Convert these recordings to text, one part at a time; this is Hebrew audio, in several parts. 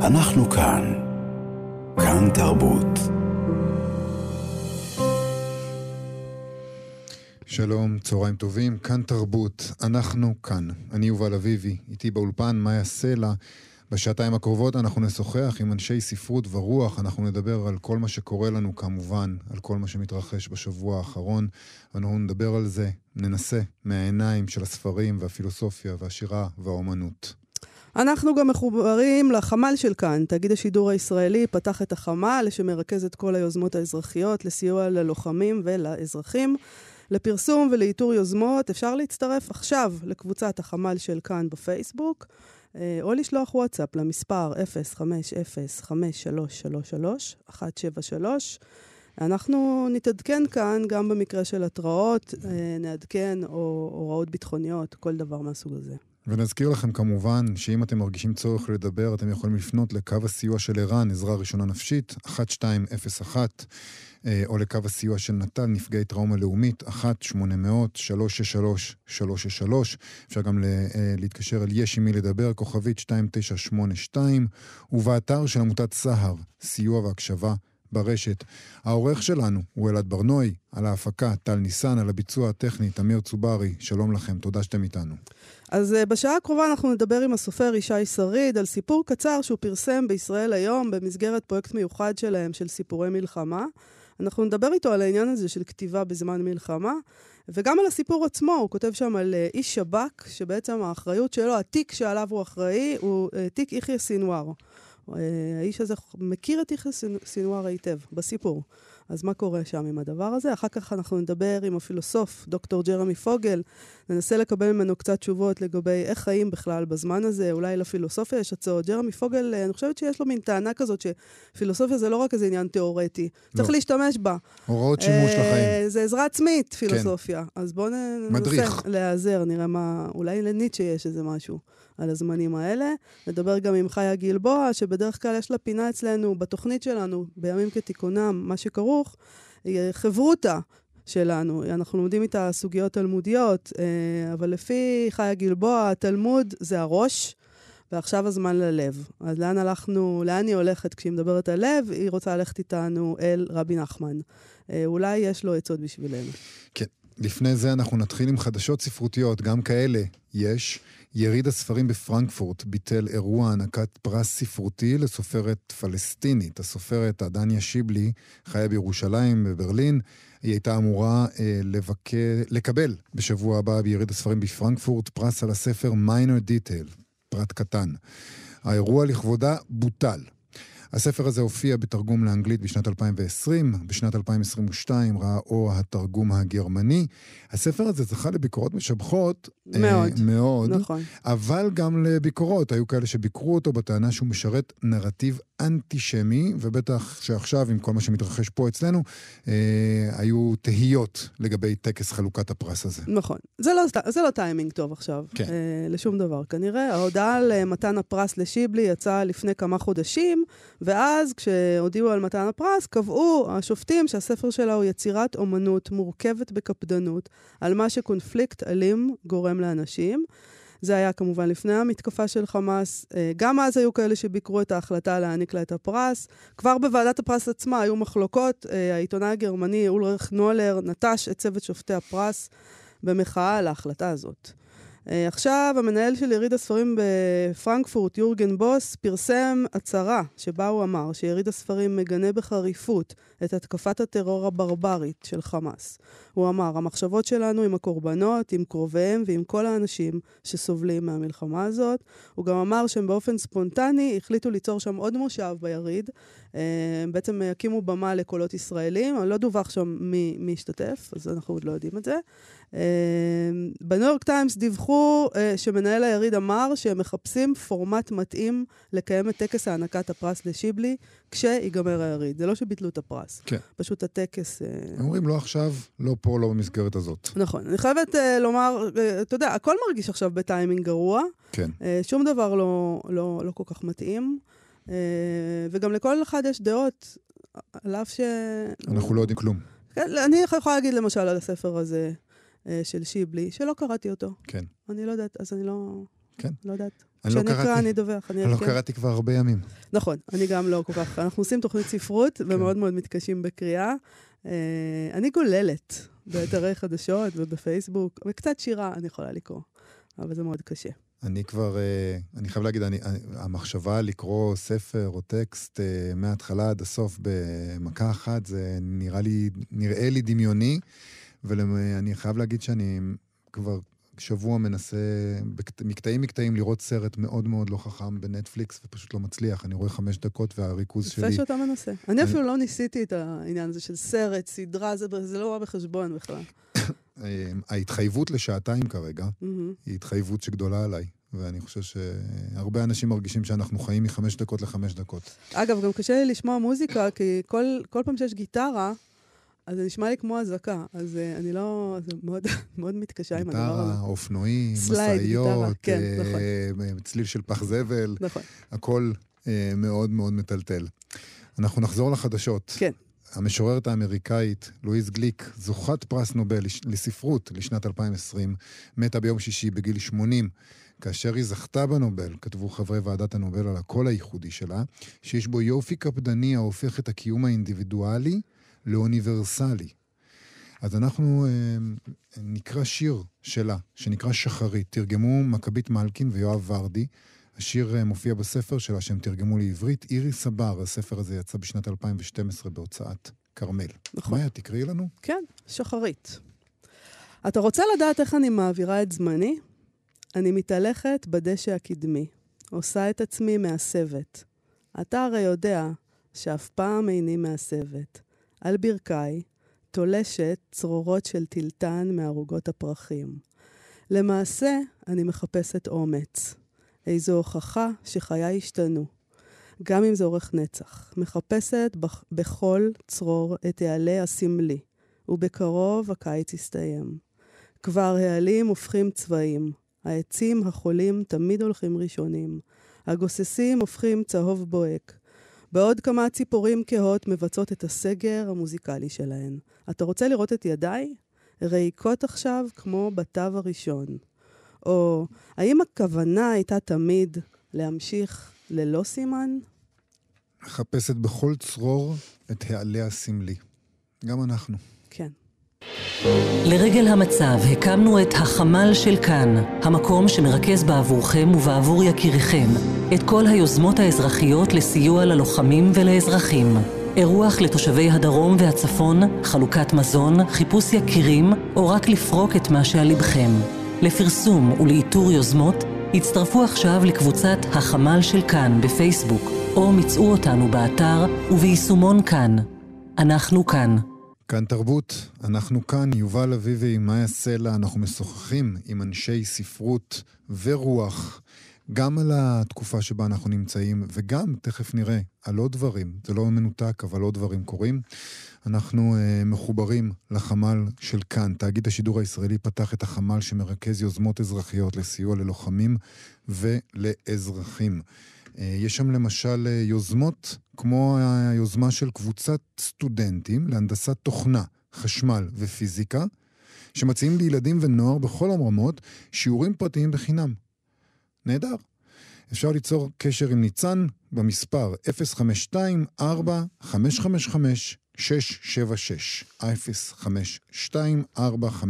אנחנו כאן. כאן תרבות. שלום, צהריים טובים, כאן תרבות, אנחנו כאן. אני יובל אביבי, איתי באולפן מאיה סלע. בשעתיים הקרובות אנחנו נשוחח עם אנשי ספרות ורוח, אנחנו נדבר על כל מה שקורה לנו כמובן, על כל מה שמתרחש בשבוע האחרון, ואנחנו נדבר על זה, ננסה מהעיניים של הספרים והפילוסופיה והשירה והאומנות. אנחנו גם מחוברים לחמ"ל של כאן. תאגיד השידור הישראלי פתח את החמ"ל שמרכז את כל היוזמות האזרחיות לסיוע ללוחמים ולאזרחים. לפרסום ולאיתור יוזמות אפשר להצטרף עכשיו לקבוצת החמ"ל של כאן בפייסבוק, או לשלוח וואטסאפ למספר 050-5333-173. אנחנו נתעדכן כאן גם במקרה של התראות, נעדכן או הוראות ביטחוניות, כל דבר מהסוג הזה. ונזכיר לכם כמובן שאם אתם מרגישים צורך לדבר, אתם יכולים לפנות לקו הסיוע של ערן, עזרה ראשונה נפשית, 1201, או לקו הסיוע של נטל, נפגעי טראומה לאומית, 1-800-363-363. אפשר גם להתקשר אל יש עם מי לדבר, כוכבית 2982, ובאתר של עמותת סהר, סיוע והקשבה ברשת. העורך שלנו הוא אלעד ברנוי, על ההפקה טל ניסן, על הביצוע הטכני תמיר צוברי. שלום לכם, תודה שאתם איתנו. אז בשעה הקרובה אנחנו נדבר עם הסופר ישי שריד על סיפור קצר שהוא פרסם בישראל היום במסגרת פרויקט מיוחד שלהם של סיפורי מלחמה. אנחנו נדבר איתו על העניין הזה של כתיבה בזמן מלחמה, וגם על הסיפור עצמו. הוא כותב שם על איש שב"כ, שבעצם האחריות שלו, התיק שעליו הוא אחראי, הוא תיק יחיא סינואר. האיש הזה מכיר את יחיא סינואר היטב בסיפור. אז מה קורה שם עם הדבר הזה? אחר כך אנחנו נדבר עם הפילוסוף, דוקטור ג'רמי פוגל, ננסה לקבל ממנו קצת תשובות לגבי איך חיים בכלל בזמן הזה, אולי לפילוסופיה יש הצעות. ג'רמי פוגל, אני חושבת שיש לו מין טענה כזאת שפילוסופיה זה לא רק איזה עניין תיאורטי, צריך להשתמש בה. הוראות שימוש לחיים. זה עזרה עצמית, פילוסופיה. אז בואו ננסה להיעזר, נראה מה, אולי לניטשה יש איזה משהו על הזמנים האלה. נדבר גם עם חיה גלבוע, שבדרך כלל יש לה פינה אצלנו בתוכנית שלנו, בימים כתיקונם, מה שכרוך, חברותה שלנו. אנחנו לומדים איתה סוגיות תלמודיות, אבל לפי חיה גלבוע, התלמוד זה הראש, ועכשיו הזמן ללב. אז לאן היא הולכת כשהיא מדברת על לב? היא רוצה ללכת איתנו אל רבי נחמן. אולי יש לו עצות בשבילנו. כן. לפני זה אנחנו נתחיל עם חדשות ספרותיות, גם כאלה יש. יריד הספרים בפרנקפורט ביטל אירוע הענקת פרס ספרותי לסופרת פלסטינית. הסופרת דניה שיבלי חיה בירושלים, בברלין. היא הייתה אמורה לקבל בשבוע הבא ביריד הספרים בפרנקפורט פרס על הספר Minor Detail, פרט קטן. האירוע לכבודה בוטל. הספר הזה הופיע בתרגום לאנגלית בשנת 2020, בשנת 2022 ראה אור התרגום הגרמני. הספר הזה זכה לביקורות משבחות מאוד, נכון. אבל גם לביקורות. היו כאלה שביקרו אותו בטענה שהוא משרת נרטיב אנטישמי, ובטח שעכשיו עם כל מה שמתרחש פה אצלנו, היו תהיות לגבי טקס חלוקת הפרס הזה. נכון. זה לא טיימינג טוב עכשיו, כן. לשום דבר. כנראה ההודעה על מתן הפרס לשיבלי יצאה לפני כמה חודשים, ואז כשהודיעו על מתן הפרס, קבעו השופטים שהספר שלה הוא יצירת אומנות מורכבת בקפדנות, על מה שקונפליקט אלים גורם לאנשים. זה היה כמובן לפני המתקפה של חמאס. גם אז היו כאלה שביקרו את ההחלטה להעניק לה את הפרס. כבר בוועדת הפרס עצמה היו מחלוקות. העיתונאי הגרמני אולריך נולר נטש את צוות שופטי הפרס במחאה על ההחלטה הזאת. עכשיו, המנהל של יריד הספרים בפרנקפורט, יורגן בוס, פרסם הצהרה שבה הוא אמר שיריד הספרים מגנה בחריפות את התקפת הטרור הברברית של חמאס. הוא אמר, המחשבות שלנו עם הקורבנות, עם קרוביהם ועם כל האנשים שסובלים מהמלחמה הזאת. הוא גם אמר שהם באופן ספונטני החליטו ליצור שם עוד מושב ביריד. בעצם הקימו במה לקולות ישראלים, אבל לא דווח שם מי השתתף, אז אנחנו עוד לא יודעים את זה. בניו יורק טיימס דיווחו שמנהל היריד אמר שהם מחפשים פורמט מתאים לקיים את טקס הענקת הפרס לשיבלי כשיגמר היריד. זה לא שביטלו את הפרס. כן. פשוט הטקס... אומרים לא עכשיו, לא פה, לא במסגרת הזאת. נכון. אני חייבת לומר, אתה יודע, הכל מרגיש עכשיו בטיימינג גרוע. כן. שום דבר לא כל כך מתאים. וגם לכל אחד יש דעות, על אף ש... אנחנו לא יודעים כלום. אני יכולה להגיד למשל על הספר הזה של שיבלי, שלא קראתי אותו. כן. אני לא יודעת, אז אני לא... כן. לא יודעת. אני לא כשנקרא, קראתי. אני דווח. אני לא קראתי כבר הרבה ימים. נכון, אני גם לא כל כך. אנחנו עושים תוכנית ספרות, ומאוד מאוד מתקשים בקריאה. אני גוללת באתרי חדשות ובפייסבוק, וקצת שירה אני יכולה לקרוא, אבל זה מאוד קשה. אני כבר, אני חייב להגיד, המחשבה לקרוא ספר או טקסט מההתחלה עד הסוף במכה אחת, זה נראה לי דמיוני, ואני חייב להגיד שאני כבר שבוע מנסה מקטעים לראות סרט מאוד מאוד לא חכם בנטפליקס, ופשוט לא מצליח. אני רואה 5 דקות והריכוז שלי... יפה שאתה מנסה. אני אפילו לא ניסיתי את העניין הזה של סרט, סדרה, זה לא רע בחשבון בכלל. ההתחייבות לשעתיים כרגע, היא התחייבות שגדולה עליי. ואני חושב שהרבה אנשים מרגישים שאנחנו חיים מ5 דקות ל5 דקות. אגב, גם קשה לי לשמוע מוזיקה, כי כל פעם שיש גיטרה, אז זה נשמע לי כמו הזקה. אז אני לא... זה מאוד מתקשה עם הדבר הזה. גיטרה, אופנועים, מסעיות, כן, נכון. צליל של פח זבל. נכון. הכל מאוד מאוד מטלטל. אנחנו נחזור לחדשות. כן. המשוררת האמריקאית, לואיז גליק, זוכת פרס נובל לספרות לשנת 2020, מתה ביום שישי בגיל 80. כאשר היא זכתה בנובל, כתבו חברי ועדת הנובל על הקול הייחודי שלה, שיש בו יופי קפדני ההופך את הקיום האינדיבידואלי לאוניברסלי. אז אנחנו נקרא שיר שלה, שנקרא שחרית. תרגמו מכבית מלכין ויואב ורדי. השיר מופיע בספר שלה שהם תרגמו לעברית. איריס סבר, הספר הזה יצא בשנת 2012 בהוצאת קרמל. נכון. מאיה, תקראי לנו? כן, שחרית. אתה רוצה לדעת איך אני מעבירה את זמני? אני מתהלכת בדשא הקדמי, עושה את עצמי מעשבת. אתה הרי יודע שאף פעם איני מעשבת. על ברכיי, תולשת צרורות של טלטן מערוגות הפרחים. למעשה, אני מחפשת אומץ. איזו הוכחה שחיי השתנו. גם אם זה אורך נצח. מחפשת בכל צרור את העלה הסמלי, ובקרוב הקיץ יסתיים. כבר העלים הופכים צבעים. העצים החולים תמיד הולכים ראשונים. הגוססים הופכים צהוב בוהק. בעוד כמה ציפורים כהות מבצעות את הסגר המוזיקלי שלהן. אתה רוצה לראות את ידיי? ריקות עכשיו כמו בתו הראשון. או האם הכוונה הייתה תמיד להמשיך ללא סימן? מחפשת בכל צרור את העלה הסמלי. גם אנחנו. כן. לרגל המצב הקמנו את החמ"ל של כאן, המקום שמרכז בעבורכם ובעבור יקיריכם את כל היוזמות האזרחיות לסיוע ללוחמים ולאזרחים. אירוח לתושבי הדרום והצפון, חלוקת מזון, חיפוש יקירים או רק לפרוק את מה שעל לבכם. לפרסום ולאיתור יוזמות, הצטרפו עכשיו לקבוצת החמ"ל של כאן בפייסבוק, או מצאו אותנו באתר וביישומון כאן. אנחנו כאן. כאן תרבות, אנחנו כאן, יובל אביבי, מאיה סלע, אנחנו משוחחים עם אנשי ספרות ורוח, גם על התקופה שבה אנחנו נמצאים, וגם, תכף נראה, על עוד דברים, זה לא מנותק, אבל עוד דברים קורים. אנחנו מחוברים לחמ"ל של כאן. תאגיד השידור הישראלי פתח את החמ"ל שמרכז יוזמות אזרחיות לסיוע ללוחמים ולאזרחים. יש שם למשל יוזמות כמו היוזמה של קבוצת סטודנטים להנדסת תוכנה, חשמל ופיזיקה, שמציעים לילדים ונוער בכל הרמות שיעורים פרטיים בחינם. נהדר. אפשר ליצור קשר עם ניצן במספר 052-4555-676. 052-4555-676.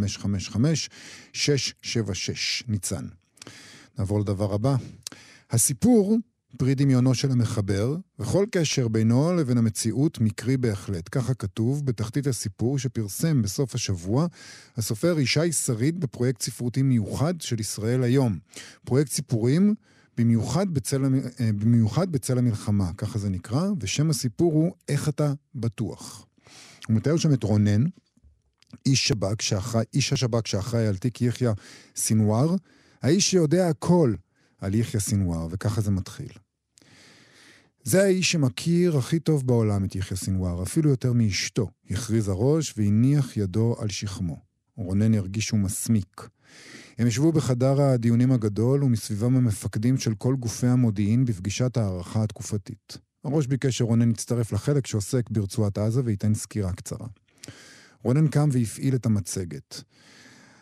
ניצן. נעבור לדבר הבא. הסיפור פרי דמיונו של המחבר, וכל קשר בינו לבין המציאות מקרי בהחלט. ככה כתוב בתחתית הסיפור שפרסם בסוף השבוע הסופר ישי שריד בפרויקט ספרותי מיוחד של ישראל היום. פרויקט סיפורים במיוחד בצל המלחמה, ככה זה נקרא, ושם הסיפור הוא איך אתה בטוח. הוא מתאר שם את רונן, איש השב"כ שאחראי על תיק יחיא סינואר, האיש שיודע הכל על יחיא סינואר, וככה זה מתחיל. זה האיש שמכיר הכי טוב בעולם את יחיא סינואר, אפילו יותר מאשתו. הכריז הראש והניח ידו על שכמו. רונן הרגיש שהוא מסמיק. הם ישבו בחדר הדיונים הגדול ומסביבם המפקדים של כל גופי המודיעין בפגישת הערכה התקופתית. הראש ביקש שרונן יצטרף לחלק שעוסק ברצועת עזה וייתן סקירה קצרה. רונן קם והפעיל את המצגת.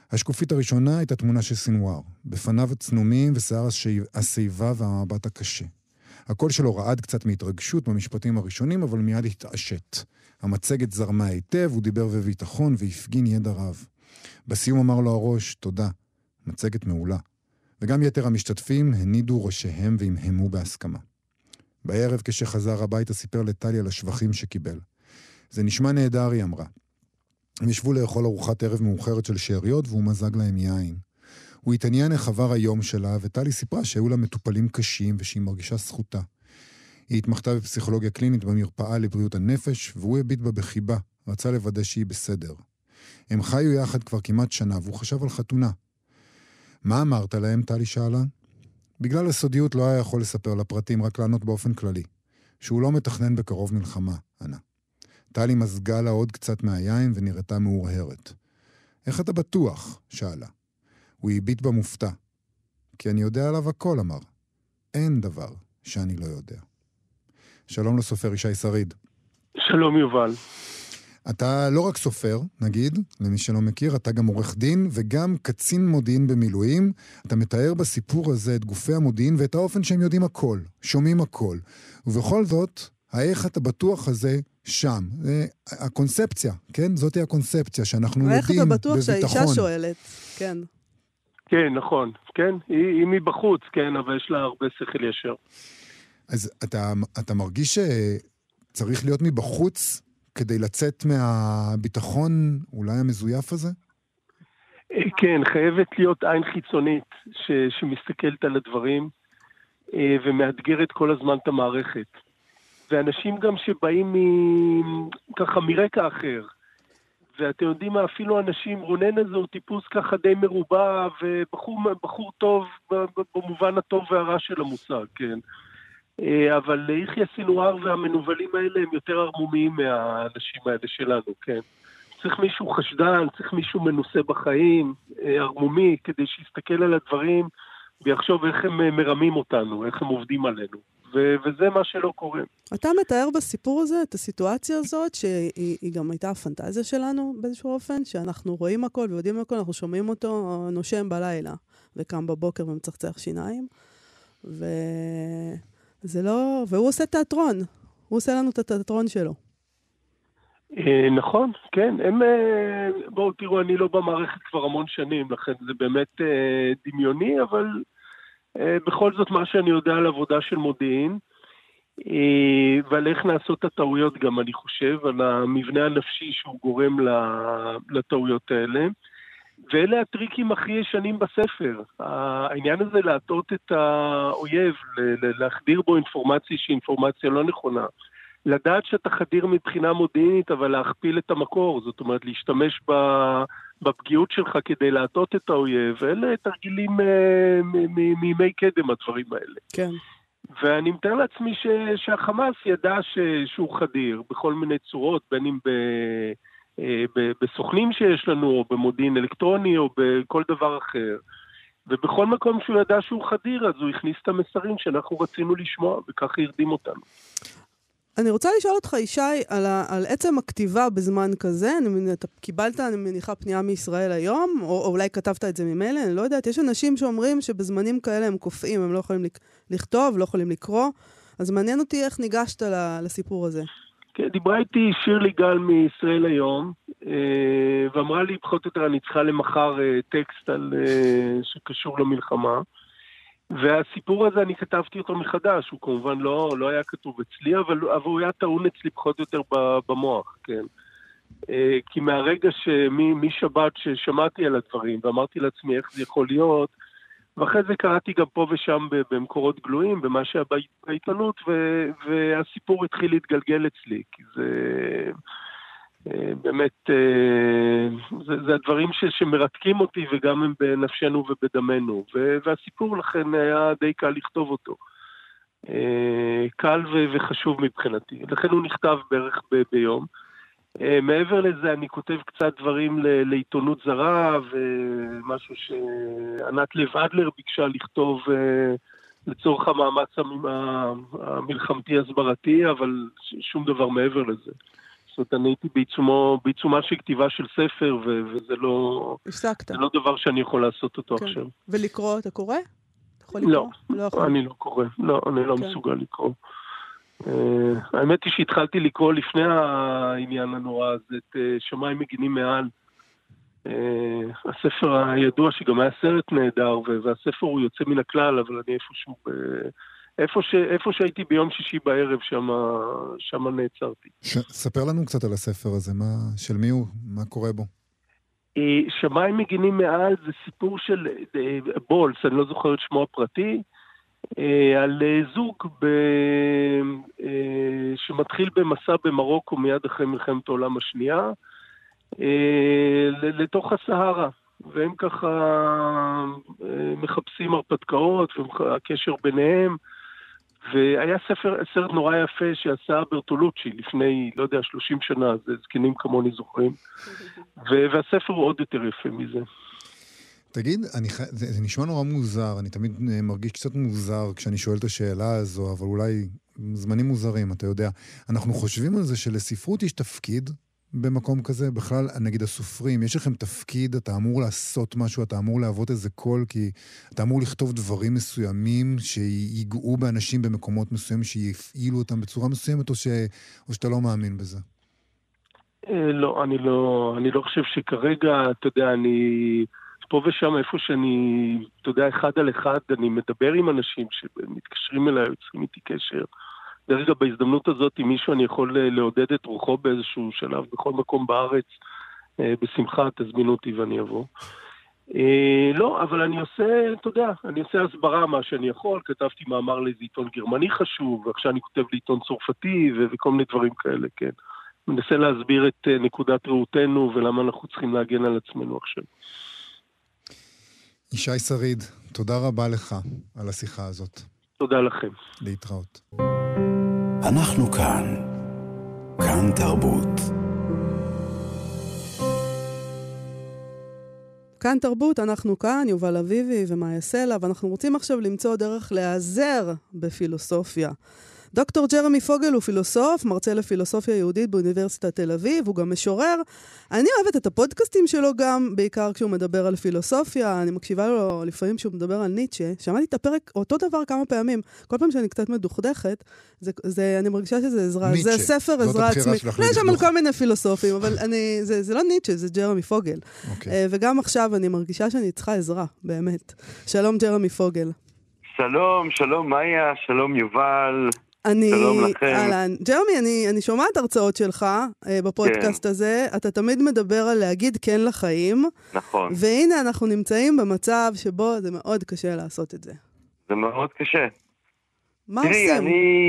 השקופית הראשונה הייתה תמונה של סינואר, בפניו הצנומים ושיער השיבה והמבט הקשה. הקול שלו רעד קצת מהתרגשות במשפטים הראשונים, אבל מיד התעשת. המצגת זרמה היטב, הוא דיבר בביטחון והפגין ידע רב. בסיום אמר לו הראש, תודה, מצגת מעולה. וגם יתר המשתתפים הנידו ראשיהם והמהמו בהסכמה. בערב כשחזר הביתה סיפר לטלי על השבחים שקיבל. זה נשמע נהדר, היא אמרה. הם ישבו לאכול ארוחת ערב מאוחרת של שאריות והוא מזג להם יין. הוא התעניין איך עבר היום שלה, וטלי סיפרה שהיו לה מטופלים קשים ושהיא מרגישה זכותה. היא התמחתה בפסיכולוגיה קלינית במרפאה לבריאות הנפש, והוא הביט בה בחיבה, רצה לוודא שהיא בסדר. הם חיו יחד כבר כמעט שנה, והוא חשב על חתונה. מה אמרת להם, טלי שאלה? בגלל הסודיות לא היה יכול לספר לפרטים, רק לענות באופן כללי. שהוא לא מתכנן בקרוב מלחמה, ענה. טלי מזגה לה עוד קצת מהיין ונראתה מאורהרת. איך אתה בטוח? שאלה. הוא הביט במופתע. כי אני יודע עליו הכל, אמר. אין דבר שאני לא יודע. שלום לסופר ישי שריד. שלום יובל. אתה לא רק סופר, נגיד, למי שלא מכיר, אתה גם עורך דין וגם קצין מודיעין במילואים. אתה מתאר בסיפור הזה את גופי המודיעין ואת האופן שהם יודעים הכל, שומעים הכל. ובכל זאת, האיך אתה בטוח הזה שם. זה הקונספציה, כן? זאת היא הקונספציה שאנחנו יודעים בביטחון. איך אתה בטוח שהאישה שואלת, כן. כן, נכון, כן. היא מבחוץ, כן, אבל יש לה הרבה שכל ישר. אז אתה מרגיש שצריך להיות מבחוץ כדי לצאת מהביטחון אולי המזויף הזה? כן, חייבת להיות עין חיצונית שמסתכלת על הדברים ומאתגרת כל הזמן את המערכת. ואנשים גם שבאים ככה מרקע אחר. ואתם יודעים מה, אפילו אנשים, רונן הזה הוא טיפוס ככה די מרובע ובחור טוב במובן הטוב והרע של המושג, כן. אבל יחיא סינואר והמנובלים האלה הם יותר ערמומיים מהאנשים האלה שלנו, כן. צריך מישהו חשדן, צריך מישהו מנוסה בחיים, ערמומי, כדי שיסתכל על הדברים ויחשוב איך הם מרמים אותנו, איך הם עובדים עלינו. וזה מה שלא קורה. אתה מתאר בסיפור הזה את הסיטואציה הזאת, שהיא גם הייתה הפנטזיה שלנו באיזשהו אופן, שאנחנו רואים הכל ויודעים הכל, אנחנו שומעים אותו נושם בלילה, וקם בבוקר ומצחצח שיניים, זה לא, והוא עושה תיאטרון, הוא עושה לנו את התיאטרון שלו. נכון, כן. בואו תראו, אני לא במערכת כבר המון שנים, לכן זה באמת דמיוני, אבל בכל זאת מה שאני יודע על עבודה של מודיעין, ועל איך נעשות הטעויות גם, אני חושב, על המבנה הנפשי שהוא גורם לטעויות האלה, ואלה הטריקים הכי ישנים בספר. העניין הזה להטעות את האויב, להחדיר בו אינפורמציה שהיא אינפורמציה לא נכונה. לדעת שאתה חדיר מבחינה מודיעינית, אבל להכפיל את המקור, זאת אומרת להשתמש בפגיעות שלך כדי להטעות את האויב, אלה תרגילים מימי קדם הדברים האלה. כן. ואני מתאר לעצמי שהחמאס ידע שהוא חדיר בכל מיני צורות, בין אם בסוכנים שיש לנו, או במודיעין אלקטרוני, או בכל דבר אחר. ובכל מקום שהוא ידע שהוא חדיר, אז הוא הכניס את המסרים שאנחנו רצינו לשמוע, וכך ירדים אותנו. אני רוצה לשאול אותך, ישי, על עצם הכתיבה בזמן כזה. אתה קיבלת, אני מניחה, פנייה מישראל היום, או אולי כתבת את זה ממילא, אני לא יודעת. יש אנשים שאומרים שבזמנים כאלה הם קופאים, הם לא יכולים לכתוב, לא יכולים לקרוא. אז מעניין אותי איך ניגשת לסיפור הזה. כן, דיברה איתי שירלי גל מישראל היום, ואמרה לי, פחות או יותר, אני צריכה למחר טקסט שקשור למלחמה. והסיפור הזה אני כתבתי אותו מחדש, הוא כמובן לא היה כתוב אצלי, אבל הוא היה טעון אצלי פחות או יותר במוח, כן. כי מהרגע משבת ששמעתי על הדברים, ואמרתי לעצמי איך זה יכול להיות, ואחרי זה קראתי גם פה ושם במקורות גלויים, במה שהיה בעיתונות, והסיפור התחיל להתגלגל אצלי, כי זה באמת, זה הדברים שמרתקים אותי וגם הם בנפשנו ובדמנו, והסיפור לכן היה די קל לכתוב אותו. קל וחשוב מבחינתי. לכן הוא נכתב בערך ביום. מעבר לזה אני כותב קצת דברים לעיתונות זרה, ומשהו שענת לב אדלר ביקשה לכתוב לצורך המאמץ המלחמתי הסברתי, אבל שום דבר מעבר לזה. זאת אומרת, אני הייתי בעיצומה של כתיבה של ספר, וזה לא... הפסקת. זה לא דבר שאני יכול לעשות אותו עכשיו. ולקרוא, אתה קורא? אתה יכול לקרוא? לא, אני לא קורא. לא, אני לא מסוגל לקרוא. האמת היא שהתחלתי לקרוא לפני העניין הנורא הזה, את שמיים מגינים מעל. הספר הידוע שגם היה סרט נהדר, והספר הוא יוצא מן הכלל, אבל אני איפה שהייתי ביום שישי בערב, שם נעצרתי. ספר לנו קצת על הספר הזה, של מי הוא, מה קורה בו? שמיים מגינים מעל זה סיפור של בולס, אני לא זוכר את שמו הפרטי, על זוג שמתחיל במסע במרוקו מיד אחרי מלחמת העולם השנייה, לתוך הסהרה, והם ככה מחפשים הרפתקאות והקשר ביניהם, והיה סרט נורא יפה שעשה ברטולוצ'י לפני, לא יודע, 30 שנה, זה זקנים כמוני זוכרים, והספר הוא עוד יותר יפה מזה. תגיד, זה נשמע נורא מוזר, אני תמיד מרגיש קצת מוזר כשאני שואל את השאלה הזו, אבל אולי זמנים מוזרים, אתה יודע. אנחנו חושבים על זה שלספרות יש תפקיד במקום כזה, בכלל, נגיד הסופרים, יש לכם תפקיד, אתה אמור לעשות משהו, אתה אמור להוות איזה קול, כי אתה אמור לכתוב דברים מסוימים שיגעו באנשים במקומות מסוימים, שיפעילו אותם בצורה מסוימת, או שאתה לא מאמין בזה? לא, אני לא חושב שכרגע, אתה יודע, אני פה ושם איפה שאני, אתה יודע, אחד על אחד, אני מדבר עם אנשים שמתקשרים אליי, יוצרים איתי קשר. דרך אגב, בהזדמנות הזאת, אם מישהו אני יכול לעודד את רוחו באיזשהו שלב, בכל מקום בארץ, בשמחה, תזמינו אותי ואני אבוא. לא, אבל אני עושה, אתה יודע, אני עושה הסברה מה שאני יכול, כתבתי מאמר לאיזה עיתון גרמני חשוב, ועכשיו אני כותב לעיתון צרפתי, וכל מיני דברים כאלה, כן. מנסה להסביר את נקודת ראותנו, ולמה אנחנו צריכים להגן על עצמנו עכשיו. ישי שריד, תודה רבה לך על השיחה הזאת. תודה לכם. להתראות. אנחנו כאן. כאן תרבות. כאן תרבות, אנחנו כאן, יובל אביבי ומאיה סלע, ואנחנו רוצים עכשיו למצוא דרך להיעזר בפילוסופיה. דוקטור ג'רמי פוגל הוא פילוסוף, מרצה לפילוסופיה יהודית באוניברסיטת תל אביב, הוא גם משורר. אני אוהבת את הפודקאסטים שלו גם, בעיקר כשהוא מדבר על פילוסופיה, אני מקשיבה לו לפעמים כשהוא מדבר על ניטשה, שמעתי את הפרק אותו דבר כמה פעמים, כל פעם שאני קצת מדוכדכת, אני מרגישה שזה עזרה, ניטשה, זה ספר עזרה עצמית. יש שם על כל מיני פילוסופים, אבל זה לא ניטשה, זה ג'רמי פוגל. וגם עכשיו אני מרגישה שאני צריכה עזרה, באמת. שלום ג'רמי פוגל. שלום מאיה, שלום יובל. שלום לכם. ג'רמי, אני שומעת הרצאות שלך בפודקאסט הזה, אתה תמיד מדבר על להגיד כן לחיים. נכון. והנה אנחנו נמצאים במצב שבו זה מאוד קשה לעשות את זה. זה מאוד קשה. מה עושים?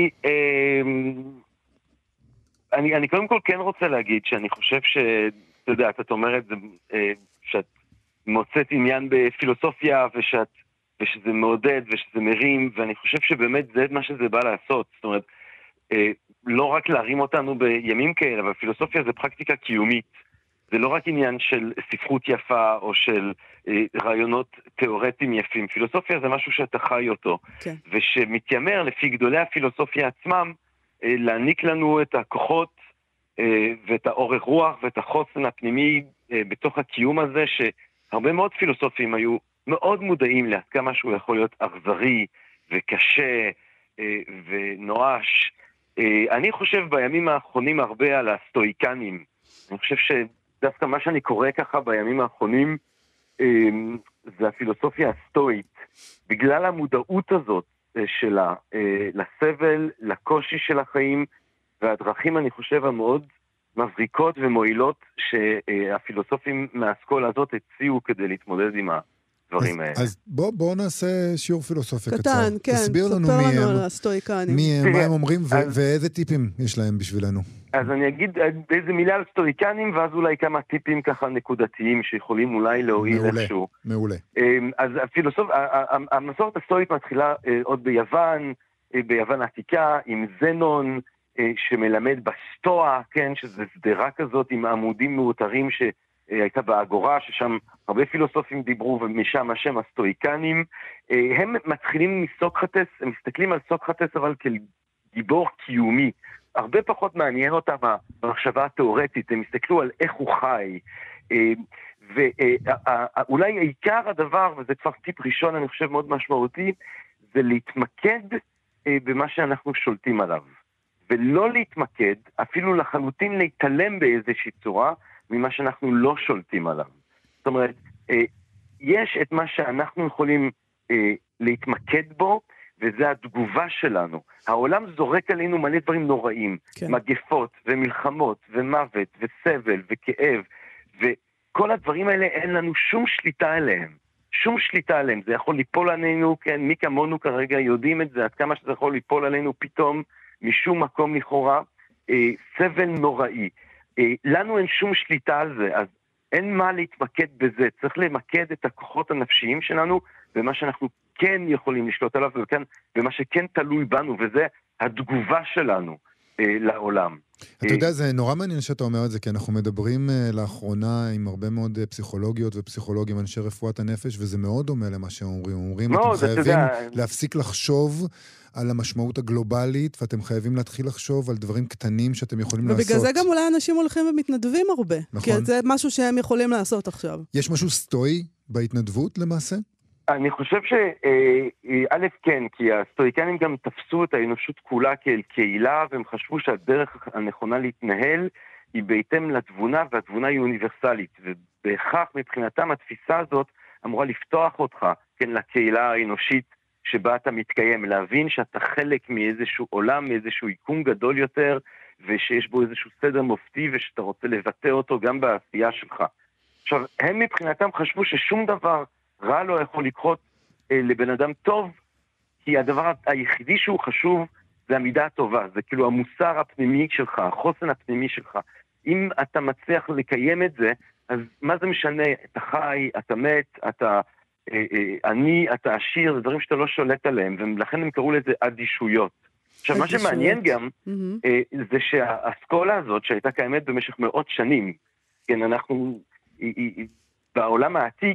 אני קודם כל כן רוצה להגיד שאני חושב אתה יודע, את אומרת שאת מוצאת עניין בפילוסופיה ושזה מעודד ושזה מרים, ואני חושב שבאמת זה מה שזה בא לעשות. זאת אומרת, לא רק להרים אותנו בימים כאלה, אבל פילוסופיה זה פרקטיקה קיומית. זה לא רק עניין של ספרות יפה או של רעיונות תיאורטיים יפים. פילוסופיה זה משהו שאתה חי אותו. כן. ושמתיימר לפי גדולי הפילוסופיה עצמם, להעניק לנו את הכוחות ואת האורך רוח ואת החוסן הפנימי בתוך הקיום הזה, שהרבה מאוד פילוסופים היו מאוד מודעים לעד כמה שהוא יכול להיות אכזרי וקשה ונואש. אני חושב בימים האחרונים הרבה על הסטואיקנים. אני חושב שדווקא מה שאני קורא ככה בימים האחרונים זה הפילוסופיה הסטואית. בגלל המודעות הזאת שלה לסבל, לקושי של החיים והדרכים, אני חושב, המאוד מבריקות ומועילות שהפילוסופים מהאסכולה הזאת הציעו כדי להתמודד עם הדברים האלה. אז בואו נעשה שיעור פילוסופיה קצר. קטן, כן. תסביר לנו על הסטואיקנים. מה הם אומרים ואיזה טיפים יש להם בשבילנו. אז אני אגיד איזה מילה על סטואיקנים, ואז אולי כמה טיפים ככה נקודתיים שיכולים אולי להועיל איכשהו. מעולה. אז המסורת הסטואית מתחילה עוד ביוון העתיקה, עם זנון, שמלמד בסטואה, כן, שזה סדרה כזאת עם עמודים מאותרים שהייתה באגורה, ששם הרבה פילוסופים דיברו, ומשם השם הסטואיקנים. הם מתחילים מסוקרטס, הם מסתכלים על סוקרטס אבל כגיבור קיומי. הרבה פחות מעניין אותם המחשבה התיאורטית, הם הסתכלו על איך הוא חי, ואולי העיקר הדבר, וזה כבר טיפ ראשון אני חושב מאוד משמעותי, זה להתמקד במה שאנחנו שולטים עליו, ולא להתמקד, אפילו לחלוטין להתעלם באיזושהי צורה, ממה שאנחנו לא שולטים עליו. זאת אומרת, יש את מה שאנחנו יכולים להתמקד בו, וזה התגובה שלנו. העולם זורק עלינו מלא דברים נוראים, כן. מגפות ומלחמות ומוות וסבל וכאב, וכל הדברים האלה אין לנו שום שליטה עליהם. שום שליטה עליהם. זה יכול ליפול עלינו, כן, מי כמונו כרגע יודעים את זה, עד כמה שזה יכול ליפול עלינו פתאום, משום מקום לכאורה, סבל נוראי. לנו אין שום שליטה על זה, אז אין מה להתמקד בזה. צריך למקד את הכוחות הנפשיים שלנו, במה שאנחנו כן יכולים לשלוט עליו, וכן, במה שכן תלוי בנו, וזה התגובה שלנו לעולם. אתה יודע, זה נורא מעניין שאתה אומר את זה, כי אנחנו מדברים לאחרונה עם הרבה מאוד פסיכולוגיות ופסיכולוגים, אנשי רפואת הנפש, וזה מאוד דומה למה שאומרים. אומרים, אתם חייבים להפסיק לחשוב על המשמעות הגלובלית, ואתם חייבים להתחיל לחשוב על דברים קטנים שאתם יכולים לעשות. ובגלל זה גם אולי אנשים הולכים ומתנדבים הרבה. נכון. כי זה משהו שהם יכולים לעשות עכשיו. יש משהו סטואי בהתנדבות למעשה? אני חושב שא' כן, כי הסטואיקנים גם תפסו את האנושות כולה כאל קהילה, והם חשבו שהדרך הנכונה להתנהל היא בהתאם לתבונה, והתבונה היא אוניברסלית, ובהכרח מבחינתם התפיסה הזאת אמורה לפתוח אותך, כן, לקהילה האנושית שבה אתה מתקיים, להבין שאתה חלק מאיזשהו עולם, מאיזשהו יקום גדול יותר, ושיש בו איזשהו סדר מופתי, ושאתה רוצה לבטא אותו גם בעשייה שלך. עכשיו, הם מבחינתם חשבו ששום דבר רע לא יכול לקרות לבן אדם טוב, כי הדבר היחידי שהוא חשוב זה המידה הטובה, זה כאילו המוסר הפנימי שלך, החוסן הפנימי שלך. אם אתה מצליח לקיים את זה, אז מה זה משנה? אתה חי, אתה מת, אתה עני, אתה עשיר, זה דברים שאתה לא שולט עליהם, ולכן הם קראו לזה אדישויות. עכשיו, מה שמעניין גם, זה שהאסכולה הזאת שהייתה קיימת במשך מאות שנים, כן, אנחנו, בעולם העתיק,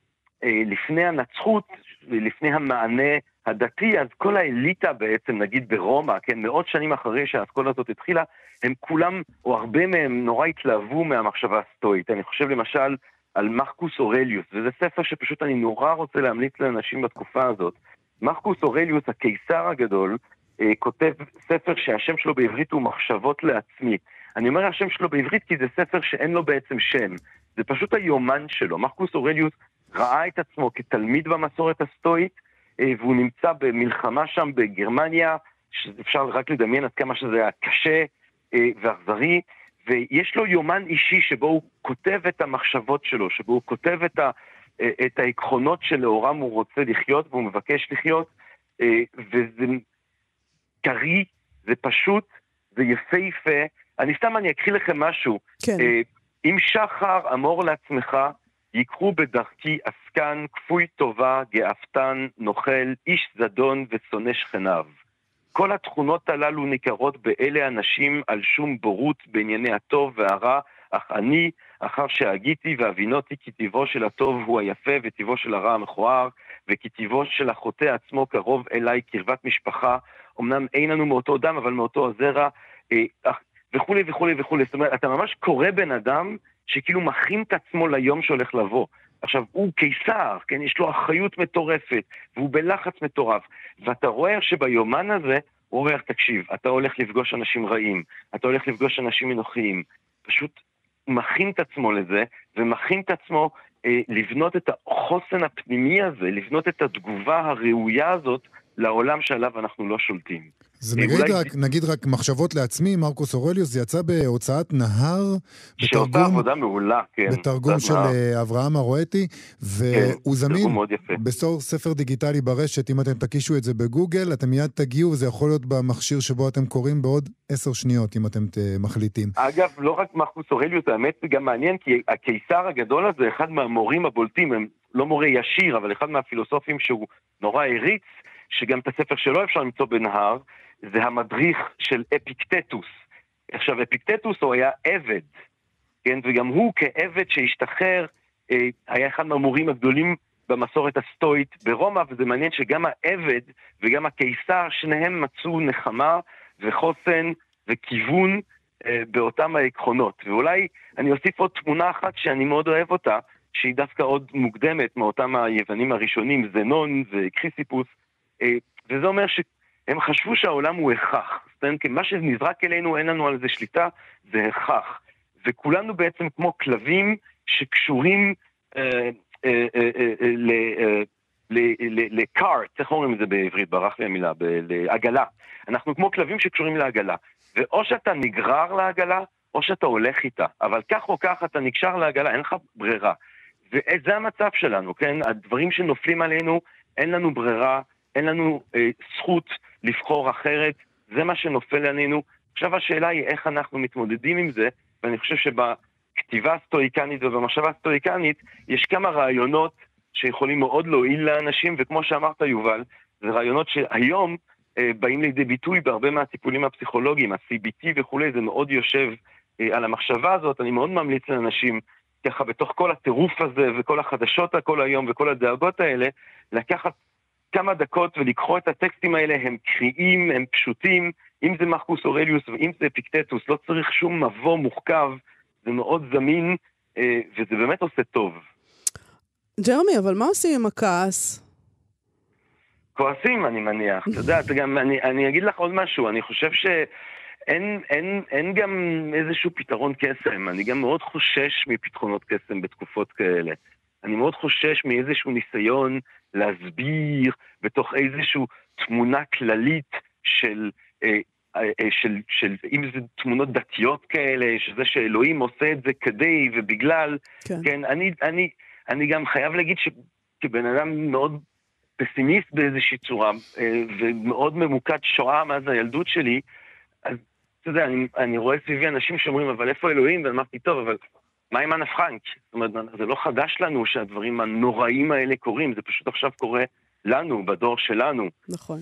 לפני הנצחות, לפני המענה הדתי, אז כל האליטה בעצם, נגיד ברומא, כן, מאות שנים אחרי שהאסכולה הזאת התחילה, הם כולם, או הרבה מהם, נורא התלהבו מהמחשבה הסטואית. אני חושב למשל על מרקוס אורליוס, וזה ספר שפשוט אני נורא רוצה להמליץ לאנשים בתקופה הזאת. מרקוס אורליוס, הקיסר הגדול, כותב ספר שהשם שלו בעברית הוא מחשבות לעצמי. אני אומר השם שלו בעברית כי זה ספר שאין לו בעצם שם. זה פשוט היומן שלו. מרקוס אורליוס ראה את עצמו כתלמיד במסורת הסטואית, והוא נמצא במלחמה שם בגרמניה, שאפשר רק לדמיין עד כמה שזה היה קשה ואכזרי, ויש לו יומן אישי שבו הוא כותב את המחשבות שלו, שבו הוא כותב את העקרונות שלאורם הוא רוצה לחיות, והוא מבקש לחיות, וזה קרי, זה פשוט, זה יפה. אני אקריא לכם משהו. כן. אם שחר אמור לעצמך, יקחו בדרכי עסקן, כפוי טובה, גאפתן, נוכל, איש זדון ושונא שכניו. כל התכונות הללו ניכרות באלה אנשים על שום בורות בענייני הטוב והרע, אך אני, אחר שהגיתי והבינותי כי טבעו של הטוב הוא היפה וטבעו של הרע המכוער, וכי טבעו של החוטא עצמו קרוב אליי קרבת משפחה, אמנם אין לנו מאותו דם אבל מאותו הזרע, וכולי וכולי וכולי. זאת אומרת, אתה ממש קורא בן אדם שכאילו מכין את עצמו ליום שהולך לבוא. עכשיו, הוא קיסר, כן? יש לו אחריות מטורפת, והוא בלחץ מטורף. ואתה רואה שביומן הזה, הוא אומר, תקשיב, אתה הולך לפגוש אנשים רעים, אתה הולך לפגוש אנשים אנוכיים. פשוט מכין את עצמו לזה, ומכין את עצמו לבנות את החוסן הפנימי הזה, לבנות את התגובה הראויה הזאת לעולם שעליו אנחנו לא שולטים. זה נגיד רק מחשבות לעצמי, מרקוס אורליוס, זה יצא בהוצאת נהר, שעושה עבודה מעולה, כן. בתרגום של אברהם הרואטי, והוא זמין בסור ספר דיגיטלי ברשת, אם אתם תקישו את זה בגוגל, אתם מיד תגיעו, וזה יכול להיות במכשיר שבו אתם קוראים בעוד 10 שניות, אם אתם מחליטים. אגב, לא רק מרקוס אורליוס, האמת זה גם מעניין, כי הקיסר הגדול הזה, אחד מהמורים הבולטים, הם לא מורה ישיר, אבל אחד מהפילוסופים שהוא נורא הריץ, שגם את הספר שלו אפשר למצוא בנהר, זה המדריך של אפיקטטוס. עכשיו, אפיקטטוס הוא היה עבד, כן? וגם הוא כעבד שהשתחרר, היה אחד מהמורים הגדולים במסורת הסטואית ברומא, וזה מעניין שגם העבד וגם הקיסר, שניהם מצאו נחמה וחוסן וכיוון באותם העקרונות. ואולי אני אוסיף עוד תמונה אחת שאני מאוד אוהב אותה, שהיא דווקא עוד מוקדמת מאותם היוונים הראשונים, זנון וקריסיפוס, וזה אומר שהם חשבו שהעולם הוא הכרח. מה שנזרק אלינו, אין לנו על זה שליטה, זה הכרח. וכולנו בעצם כמו כלבים שקשורים לקארט, איך אומרים את זה בעברית, ברח לי המילה, לעגלה. אנחנו כמו כלבים שקשורים לעגלה. ואו שאתה נגרר לעגלה, או שאתה הולך איתה. אבל כך או כך אתה נקשר לעגלה, אין לך ברירה. וזה המצב שלנו, כן? הדברים שנופלים עלינו, אין לנו ברירה, אין לנו זכות לבחור אחרת, זה מה שנופל עלינו. עכשיו השאלה היא איך אנחנו מתמודדים עם זה, ואני חושב שבכתיבה הסטואיקנית ובמחשבה הסטואיקנית, יש כמה רעיונות שיכולים מאוד להועיל לאנשים, וכמו שאמרת יובל, זה רעיונות שהיום באים לידי ביטוי בהרבה מהטיפולים הפסיכולוגיים, ה-CBT וכו', זה מאוד יושב על המחשבה הזאת. אני מאוד ממליץ לאנשים, ככה בתוך כל הטירוף הזה וכל החדשות כל היום וכל הדאגות האלה, לקחת כמה דקות ולקרוא את הטקסטים האלה, הם קריאים, הם פשוטים, אם זה מרקוס אורליוס ואם זה אפיקטטוס, לא צריך שום מבוא מוחכב, זה מאוד זמין וזה באמת עושה טוב. ג'רמי, אבל מה עושים עם הכעס? כועסים, אני מניח. אתה יודע, אני אגיד לך עוד משהו, אני חושב שאין גם איזשהו פתרון קסם, אני גם מאוד חושש מפתרונות קסם בתקופות כאלה. אני מאוד חושש מאיזשהו ניסיון להסביר בתוך איזשהו תמונה כללית של אם זה תמונות דתיות כאלה, שזה שאלוהים עושה את זה כדי ובגלל, כן, אני גם חייב להגיד שכבן אדם מאוד פסימיסט באיזושהי צורה, ומאוד ממוקד שואה מאז הילדות שלי, אז אתה יודע, אני רואה סביבי אנשים שאומרים, אבל איפה אלוהים? ואמרתי, טוב, אבל מה עם אנה פרנק? זאת אומרת, זה לא חדש לנו שהדברים הנוראים האלה קורים, זה פשוט עכשיו קורה לנו, בדור שלנו. נכון.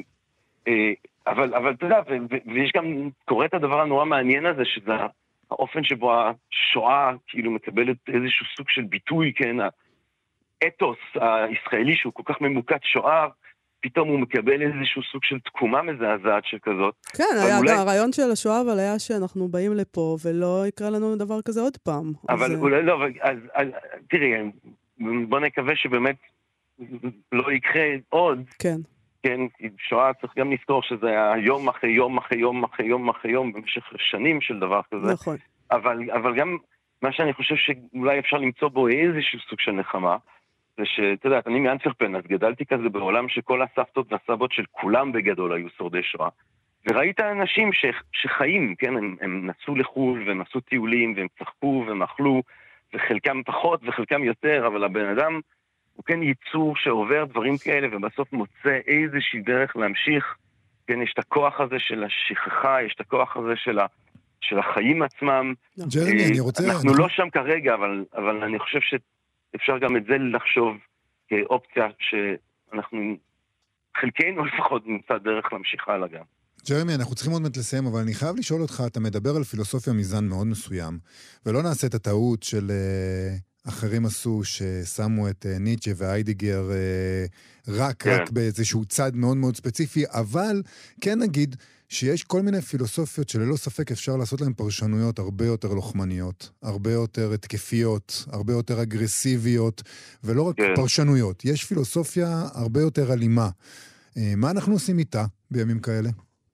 אבל אתה יודע, ויש גם, קורה את הדבר הנורא מעניין הזה, שזה האופן שבו השואה כאילו מקבלת איזשהו סוג של ביטוי, כן, האתוס הישראלי שהוא כל כך ממוקד שואה, פתאום הוא מקבל איזשהו סוג של תקומה מזעזעת שכזאת. כן, הרעיון של השואה אבל היה שאנחנו באים לפה ולא יקרה לנו דבר כזה עוד פעם. אבל אולי לא, אז תראי, בוא נקווה שבאמת לא יקרה עוד. כן. כן, שואה צריך גם לזכור שזה היה יום אחרי יום אחרי יום אחרי יום אחרי יום במשך שנים של דבר כזה. נכון. אבל גם מה שאני חושב שאולי אפשר למצוא בו איזשהו סוג של נחמה, זה שאתה יודע, אני מאנטוורפן, אז גדלתי כזה בעולם שכל הסבתות והסבות של כולם בגדול היו שורדי שואה, וראית אנשים שחיים, כן, הם נסעו לחול והם עשו טיולים והם צחקו והם אכלו, וחלקם פחות וחלקם יותר, אבל הבן אדם הוא כן ייצור שעובר דברים כאלה ובסוף מוצא איזושהי דרך להמשיך. כן, יש את הכוח הזה של השכחה, יש את הכוח הזה של החיים עצמם. ג'רמי, אני רוצה... אנחנו לא שם כרגע, אבל אני חושב שאפשר גם את זה לחשוב כאופציה שאנחנו, חלקנו לפחות נמצא דרך להמשיך הלאה גם. ג'רמי, אנחנו צריכים עוד מעט לסיים, אבל אני חייב לשאול אותך, אתה מדבר על פילוסופיה מזן מאוד מסוים, ולא נעשה את הטעות של אחרים עשו, ששמו את ניטשה והיידיגר רק באיזשהו צד מאוד מאוד ספציפי, אבל כן נגיד שיש כל מיני פילוסופיות שללא ספק אפשר לעשות להן פרשנויות הרבה יותר לוחמניות, הרבה יותר התקפיות, הרבה יותר אגרסיביות, ולא רק פרשנויות. יש פילוסופיה הרבה יותר אלימה. מה אנחנו עושים איתה בימים כאלה?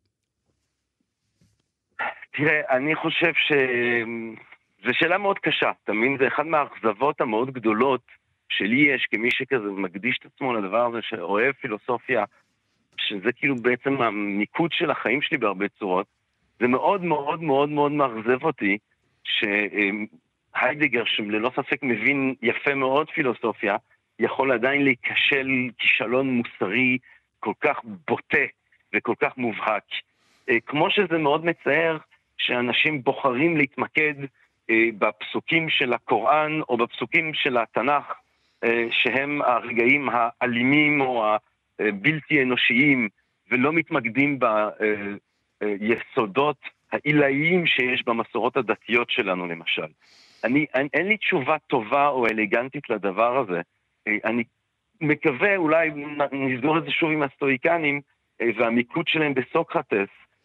תראה, אני חושב זו שאלה מאוד קשה. תמיד זה אחד מהאכזבות המאוד גדולות שלי יש, כמי שכזה מקדיש את עצמו לדבר הזה, שאוהב פילוסופיה, שזה כאילו בעצם המיקוד של החיים שלי בהרבה צורות. זה מאוד מאוד מאוד מאוד מאכזב אותי, שהיידיגר, שללא ספק מבין יפה מאוד פילוסופיה, יכול עדיין להיכשל כישלון מוסרי כל כך בוטה וכל כך מובהק. כמו שזה מאוד מצער שאנשים בוחרים להתמקד בפסוקים של הקוראן או בפסוקים של התנ"ך, שהם הרגעים האלימים או הבלתי אנושיים, ולא מתמקדים ביסודות העילאיים שיש במסורות הדתיות שלנו למשל. אין לי תשובה טובה או אלגנטית לדבר הזה. אני מקווה, אולי נסגור את זה שוב עם הסטואיקנים, והמיקוד שלהם בסוקרטס,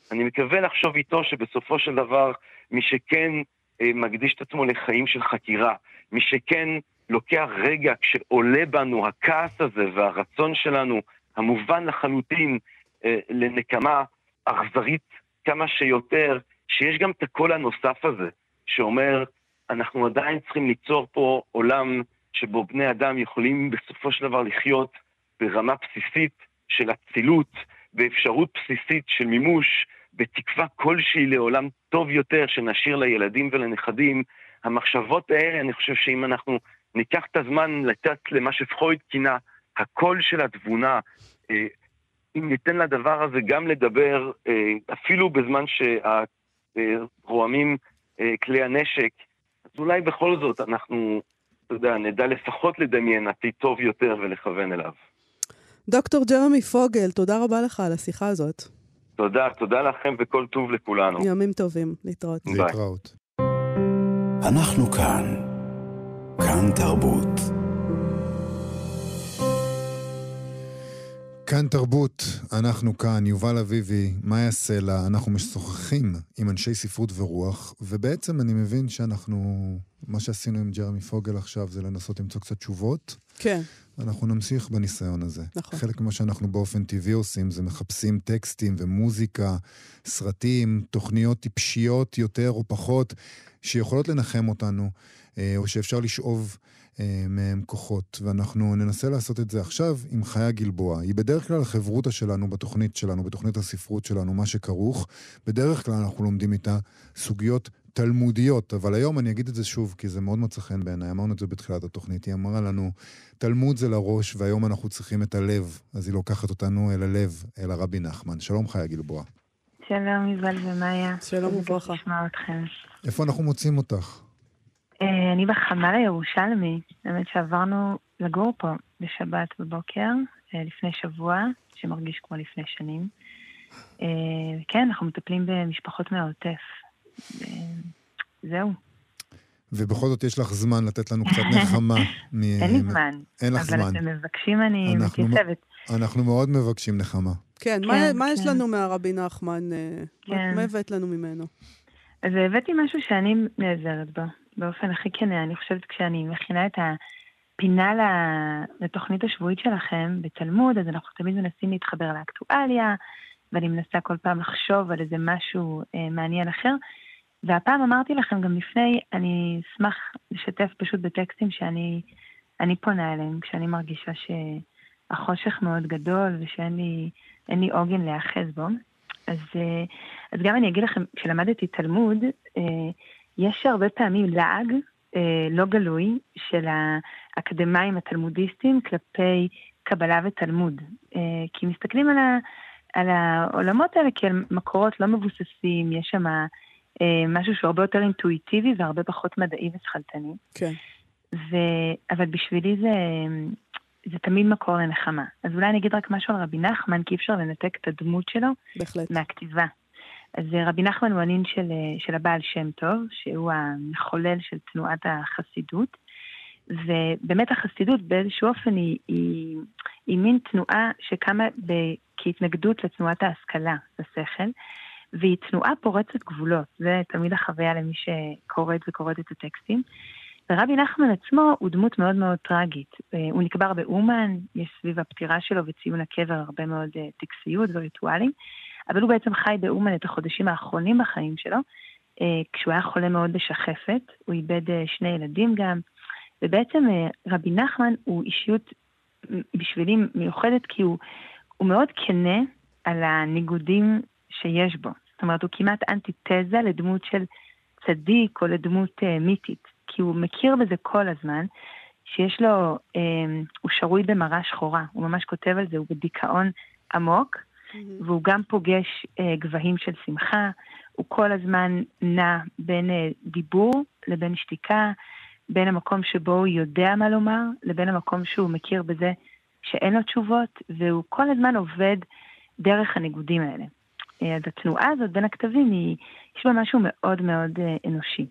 אני מקווה לחשוב איתו שבסופו של דבר, מי שכן מקדיש את עצמו לחיים של חקירה, מי שכן לוקח רגע כשעולה בנו הכעס הזה והרצון שלנו, המובן לחלוטין לנקמה אכזרית כמה שיותר, שיש גם את הקול הנוסף הזה, שאומר, אנחנו עדיין צריכים ליצור פה עולם שבו בני אדם יכולים בסופו של דבר לחיות ברמה בסיסית של אצילות, באפשרות בסיסית של מימוש, בתקווה כלשהי לעולם טוב יותר שנשאיר לילדים ולנכדים. המחשבות האלה, אני חושב שאם אנחנו ניקח את הזמן לתת למה שפרויד כינה הקול של התבונה, אם ניתן לדבר הזה גם לדבר, אפילו בזמן שהרועמים כלי הנשק, אז אולי בכל זאת אנחנו, אתה יודע, נדע לפחות לדמיין עתיד טוב יותר ולכוון אליו. דוקטור ג'רמי פוגל, תודה רבה לך על השיחה הזאת. תודה לכם וכל טוב לכולנו. ימים טובים, להתראות. להתראות. אנחנו כאן תרבות. כאן תרבות, אנחנו כאן, יובל אביבי, מאיה סלע, אנחנו משוחחים עם אנשי ספרות ורוח, ובעצם אני מבין שאנחנו, מה שעשינו עם ג'רמי פוגל עכשיו זה לנסות למצוא קצת תשובות. כן. אנחנו נמשיך בניסיון הזה. נכון. חלק ממה שאנחנו באופן טבעי עושים זה מחפשים טקסטים ומוזיקה, סרטים, תוכניות טיפשיות יותר או פחות, שיכולות לנחם אותנו, או שאפשר לשאוב מהם כוחות, ואנחנו ננסה לעשות את זה עכשיו עם חיה גלבוע. היא בדרך כלל החברותה שלנו בתוכנית שלנו, בתוכנית הספרות שלנו, מה שכרוך. בדרך כלל אנחנו לומדים איתה סוגיות תלמודיות, אבל היום אני אגיד את זה שוב, כי זה מאוד מצא חן בעיניי. אמרנו את זה בתחילת התוכנית. היא אמרה לנו, תלמוד זה לראש, והיום אנחנו צריכים את הלב. אז היא לוקחת אותנו אל הלב, אל הרבי נחמן. שלום חיה גלבוע. שלום יובל ומאיה. שלום וברכה. לשמוע אתכם. איפה אנחנו מוצאים אותך? אני בחמ"ל הירושלמי, באמת שעברנו לגור פה בשבת בבוקר, לפני שבוע, שמרגיש כמו לפני שנים. כן, אנחנו מטפלים במשפחות מהעוטף. זהו. ובכל זאת יש לך זמן לתת לנו קצת נחמה. אין לי זמן. אין לך זמן. אבל אתם מבקשים, אני מתייצבת. אנחנו מאוד מבקשים נחמה. כן, מה יש לנו מהרבי נחמן? מה הבאת לנו ממנו? אז הבאתי משהו שאני נעזרת בו. באופן הכי כנה, אני חושבת כשאני מכינה את הפינה לתוכנית השבועית שלכם בתלמוד, אז אנחנו תמיד מנסים להתחבר לאקטואליה, ואני מנסה כל פעם לחשוב על איזה משהו מעניין אחר, והפעם אמרתי לכם גם לפני, אני אשמח לשתף פשוט בטקסטים שאני פונה אליהם, כשאני מרגישה שהחושך מאוד גדול, ושאין לי עוגן להאחז בו. אז גם אני אגיד לכם, כשלמדתי תלמוד, יש הרבה פעמים לעג לא גלוי של האקדמיים התלמודיסטים כלפי קבלה ותלמוד. כי מסתכלים על העולמות האלה כאל מקורות לא מבוססים, יש שם משהו שהוא הרבה יותר אינטואיטיבי והרבה פחות מדעי ושכלתני. כן. אבל בשבילי זה תמיד מקור לנחמה. אז אולי אני אגיד רק משהו על רבי נחמן, כי אפשר לנתק את הדמות שלו מהכתיבה. אז רבי נחמן הוא הנין של הבעל שם טוב, שהוא המחולל של תנועת החסידות, ובאמת החסידות באיזשהו אופן היא מין תנועה שקמה כהתנגדות לתנועת ההשכלה, לשכל, והיא תנועה פורצת גבולות, זה תמיד החוויה למי שקוראת וקוראת את הטקסטים. ורבי נחמן עצמו הוא דמות מאוד מאוד טרגית, הוא נקבר באומן, יש סביב הפטירה שלו וציון הקבר הרבה מאוד טקסיות וריטואלים, אבל הוא בעצם חי באומן את החודשים האחרונים בחיים שלו, כשהוא היה חולה מאוד בשחפת, הוא איבד 2 ילדים גם, ובעצם רבי נחמן הוא אישיות בשבילי מיוחדת, כי הוא מאוד כנה על הניגודים שיש בו. זאת אומרת, הוא כמעט אנטיתזה לדמות של צדיק או לדמות מיתית, כי הוא מכיר בזה כל הזמן, שיש לו, הוא שרוי במראה שחורה, הוא ממש כותב על זה, הוא בדיכאון עמוק, והוא גם פוגש גבהים של שמחה, הוא כל הזמן נע בין דיבור לבין שתיקה, בין המקום שבו הוא יודע מה לומר, לבין המקום שהוא מכיר בזה שאין לו תשובות, והוא כל הזמן עובד דרך הניגודים האלה. אז התנועה הזאת בין הכתבים, יש בה משהו מאוד מאוד אנושי.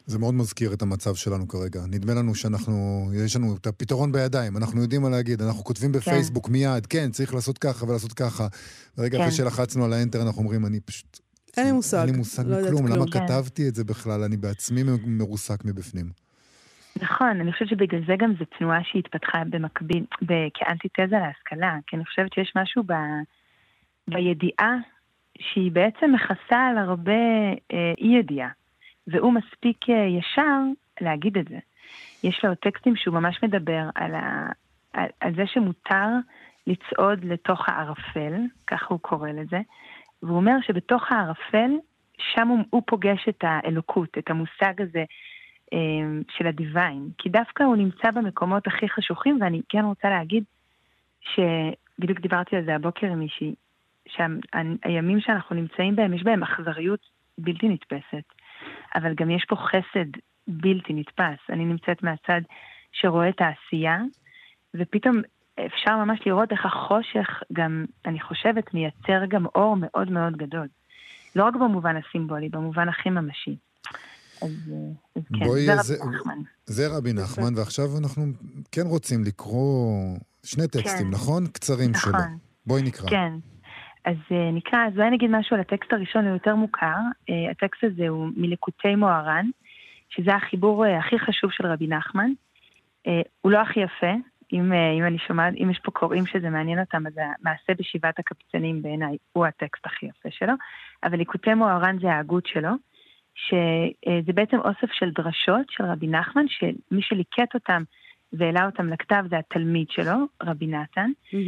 זה מאוד מזכיר את המצב שלנו כרגע. נדמה לנו יש לנו את הפתרון בידיים, אנחנו יודעים מה להגיד, אנחנו כותבים בפייסבוק מיד, כן, צריך לעשות ככה ולעשות ככה. ורגע אחרי שלחצנו על האנטר, אנחנו אומרים, אני פשוט... אין לי מושג. אין לי מושג מכלום, למה כתבתי את זה בכלל? אני בעצמי מרוסק מבפנים. נכון, אני חושבת שבגלל זה גם זו תנועה שהתפתחה במקביל, כאנטיתזה להשכלה, כי אני חושבת שיש משהו בידיעה שהיא בעצם מכסה על הרבה אי ידיעה, והוא מספיק ישר להגיד את זה. יש לו טקסטים שהוא ממש מדבר על זה שמותר לצעוד לתוך הערפל, ככה הוא קורא לזה, והוא אומר שבתוך הערפל, שם הוא פוגש את האלוקות, את המושג הזה של הדיוויין, כי דווקא הוא נמצא במקומות הכי חשוכים, ואני כן רוצה להגיד שבדיוק דיברתי על זה הבוקר עם מישהי, שהימים שאנחנו נמצאים בהם, יש בהם אכזריות בלתי נתפסת, אבל גם יש פה חסד בלתי נתפס. אני נמצאת מהצד שרואה את העשייה, ופתאום אפשר ממש לראות איך החושך גם, אני חושבת, מייצר גם אור מאוד מאוד גדול. לא רק במובן הסימבולי, במובן הכי ממשי. אז כן, זה רבי נחמן. זה רבי נחמן, ועכשיו אנחנו כן רוצים לקרוא שני טקסטים, נכון? קצרים שלו. בואי נקרא. כן. אז נקרא, אז בואי נגיד משהו על הטקסט הראשון, הוא יותר מוכר. הטקסט הזה הוא מליקוטי מוהר"ן, שזה החיבור הכי חשוב של רבי נחמן. הוא לא הכי יפה, אם אני שומעת, אם יש פה קוראים שזה מעניין אותם, אז המעשה בשבעת הקבצנים בעיניי הוא הטקסט הכי יפה שלו, אבל ליקוטי מוהר"ן זה ההגות שלו, שזה בעצם אוסף של דרשות של רבי נחמן, שמי שליקט אותם והעלה אותם לכתב זה התלמיד שלו, רבי נתן,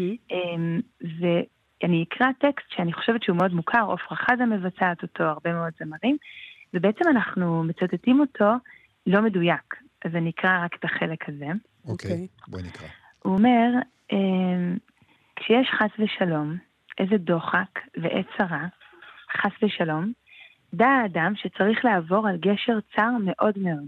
ואני אקרא טקסט שאני חושבת שהוא מאוד מוכר, עופרה חזה מבצעת אותו, הרבה מאוד זמרים, ובעצם אנחנו מצטטים אותו לא מדויק, אז אני אקרא רק את החלק הזה. אוקיי, בואי נקרא. הוא אומר, כשיש חס ושלום, איזה דוחק ועת צרה, חס ושלום, דע האדם שצריך לעבור על גשר צר מאוד מאוד,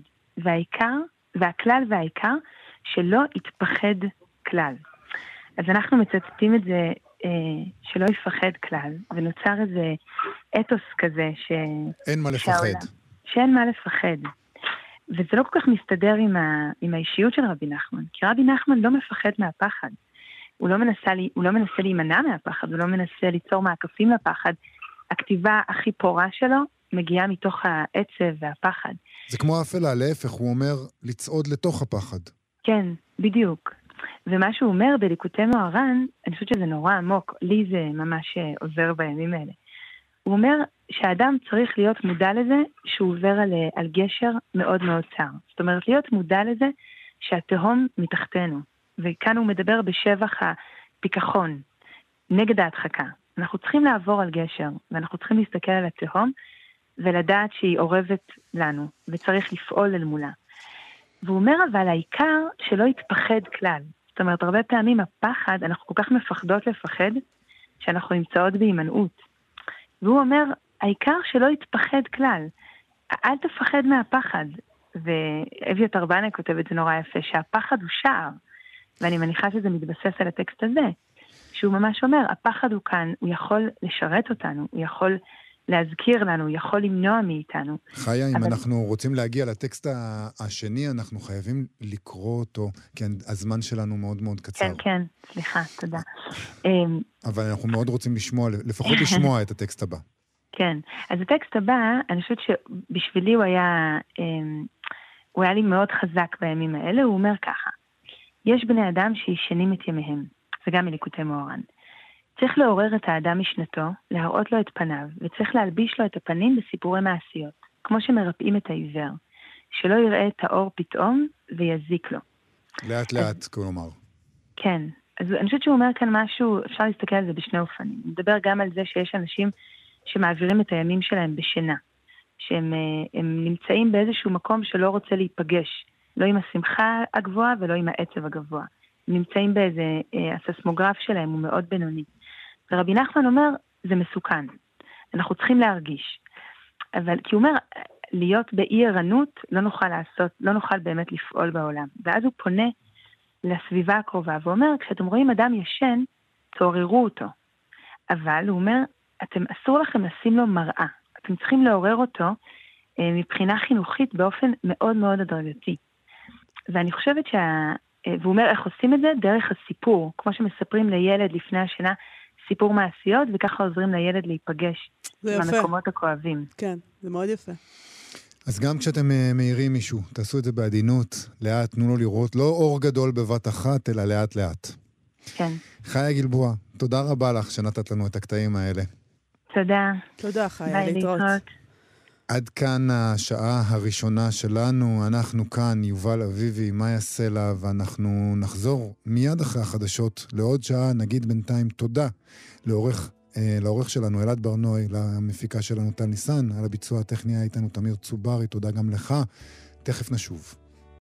והכלל והעיקר שלא יתפחד כלל. אז אנחנו מצטטים את זה שלא יפחד כלל, ונוצר איזה אתוס כזה אין מה לפחד. שאין מה לפחד. וזה לא כל כך מסתדר עם האישיות של רבי נחמן, כי רבי נחמן לא מפחד מהפחד. הוא לא מנסה להימנע מהפחד, הוא לא מנסה ליצור מעקפים לפחד. הכתיבה הכי פורה שלו מגיעה מתוך העצב והפחד. זה כמו אפלה, להפך, הוא אומר לצעוד לתוך הפחד. כן, בדיוק. ומה שהוא אומר בליקוטי מוהר"ן, אני חושבת שזה נורא עמוק, לי זה ממש עוזר בימים האלה. הוא אומר שהאדם צריך להיות מודע לזה שהוא עובר על גשר מאוד מאוד צר. זאת אומרת, להיות מודע לזה שהתהום מתחתנו. וכאן הוא מדבר בשבח הפיקחון, נגד ההדחקה. אנחנו צריכים לעבור על גשר, ואנחנו צריכים להסתכל על התהום, ולדעת שהיא עורבת לנו, וצריך לפעול אל מולה. והוא אומר אבל העיקר שלא יתפחד כלל. זאת אומרת, הרבה פעמים הפחד, אנחנו כל כך מפחדות לפחד, שאנחנו נמצאות בהימנעות. והוא אומר, העיקר שלא יתפחד כלל. אל תפחד מהפחד. ואביתר בנה כותב את זה נורא יפה, שהפחד הוא שער. ואני מניחה שזה מתבסס על הטקסט הזה. שהוא ממש אומר, הפחד הוא כאן, הוא יכול לשרת אותנו, הוא יכול להזכיר לנו, הוא יכול למנוע מאיתנו. חיה, אם אנחנו רוצים להגיע לטקסט השני, אנחנו חייבים לקרוא אותו, כי הזמן שלנו מאוד מאוד קצר. כן, כן, סליחה, תודה. אבל אנחנו מאוד רוצים לשמוע, לפחות לשמוע את הטקסט הבא. כן, אז הטקסט הבא, אני חושבת שבשבילי הוא היה לי מאוד חזק בימים האלה, הוא אומר ככה, יש בני אדם שישנים את ימיהם, זה גם מליקוטי מוהר"ן. צריך לעורר את האדם משנתו, להראות לו את פניו, וצריך להלביש לו את הפנים בסיפורי מעשיות, כמו שמרפאים את העיוור, שלא יראה את האור פתאום ויזיק לו. לאט לאט, כלומר. כן, אז אני חושבת שהוא אומר כאן משהו, אפשר להסתכל על זה בשני אופנים. הוא מדבר גם על זה שיש אנשים שמעבירים את הימים שלהם בשינה, שהם נמצאים באיזשהו מקום שלא רוצה להיפגש, לא עם השמחה הגבוהה ולא עם העצב הגבוה. הם נמצאים באיזה, הססמוגרף שלהם הוא מאוד בינוני. ורבי נחמן אומר, זה מסוכן. אנחנו צריכים להרגיש. אבל, כי הוא אומר, להיות באי ערנות לא נוכל באמת לפעול בעולם. ואז הוא פונה לסביבה הקרובה, ואומר, כשאתם רואים אדם ישן, תעוררו אותו. אבל הוא אומר, אסור לכם לשים לו מראה. אתם צריכים לעורר אותו מבחינה חינוכית באופן מאוד מאוד הדרגתי. ואני חושבת והוא אומר איך עושים את זה דרך הסיפור, כמו שמספרים לילד לפני השינה סיפור מעשיות, וככה עוזרים לילד להיפגש עם המקומות הכואבים. כן, זה מאוד יפה. אז גם כשאתם מאירים מישהו, תעשו את זה בעדינות, לאט, תנו לו לראות, לא אור גדול בבת אחת, אלא לאט לאט. כן. חיה גלבוע, תודה רבה לך שנתת לנו את הקטעים האלה. תודה. תודה, חיה, להתראות. עד כאן השעה הראשונה שלנו, אנחנו כאן, יובל אביבי, מאיה סלע, ואנחנו נחזור מיד אחרי החדשות לעוד שעה, נגיד בינתיים תודה לעורך שלנו, אלעד ברנוי, למפיקה שלנו טל ניסן, על הביצוע הטכני איתנו תמיר צוברי, תודה גם לך, תכף נשוב.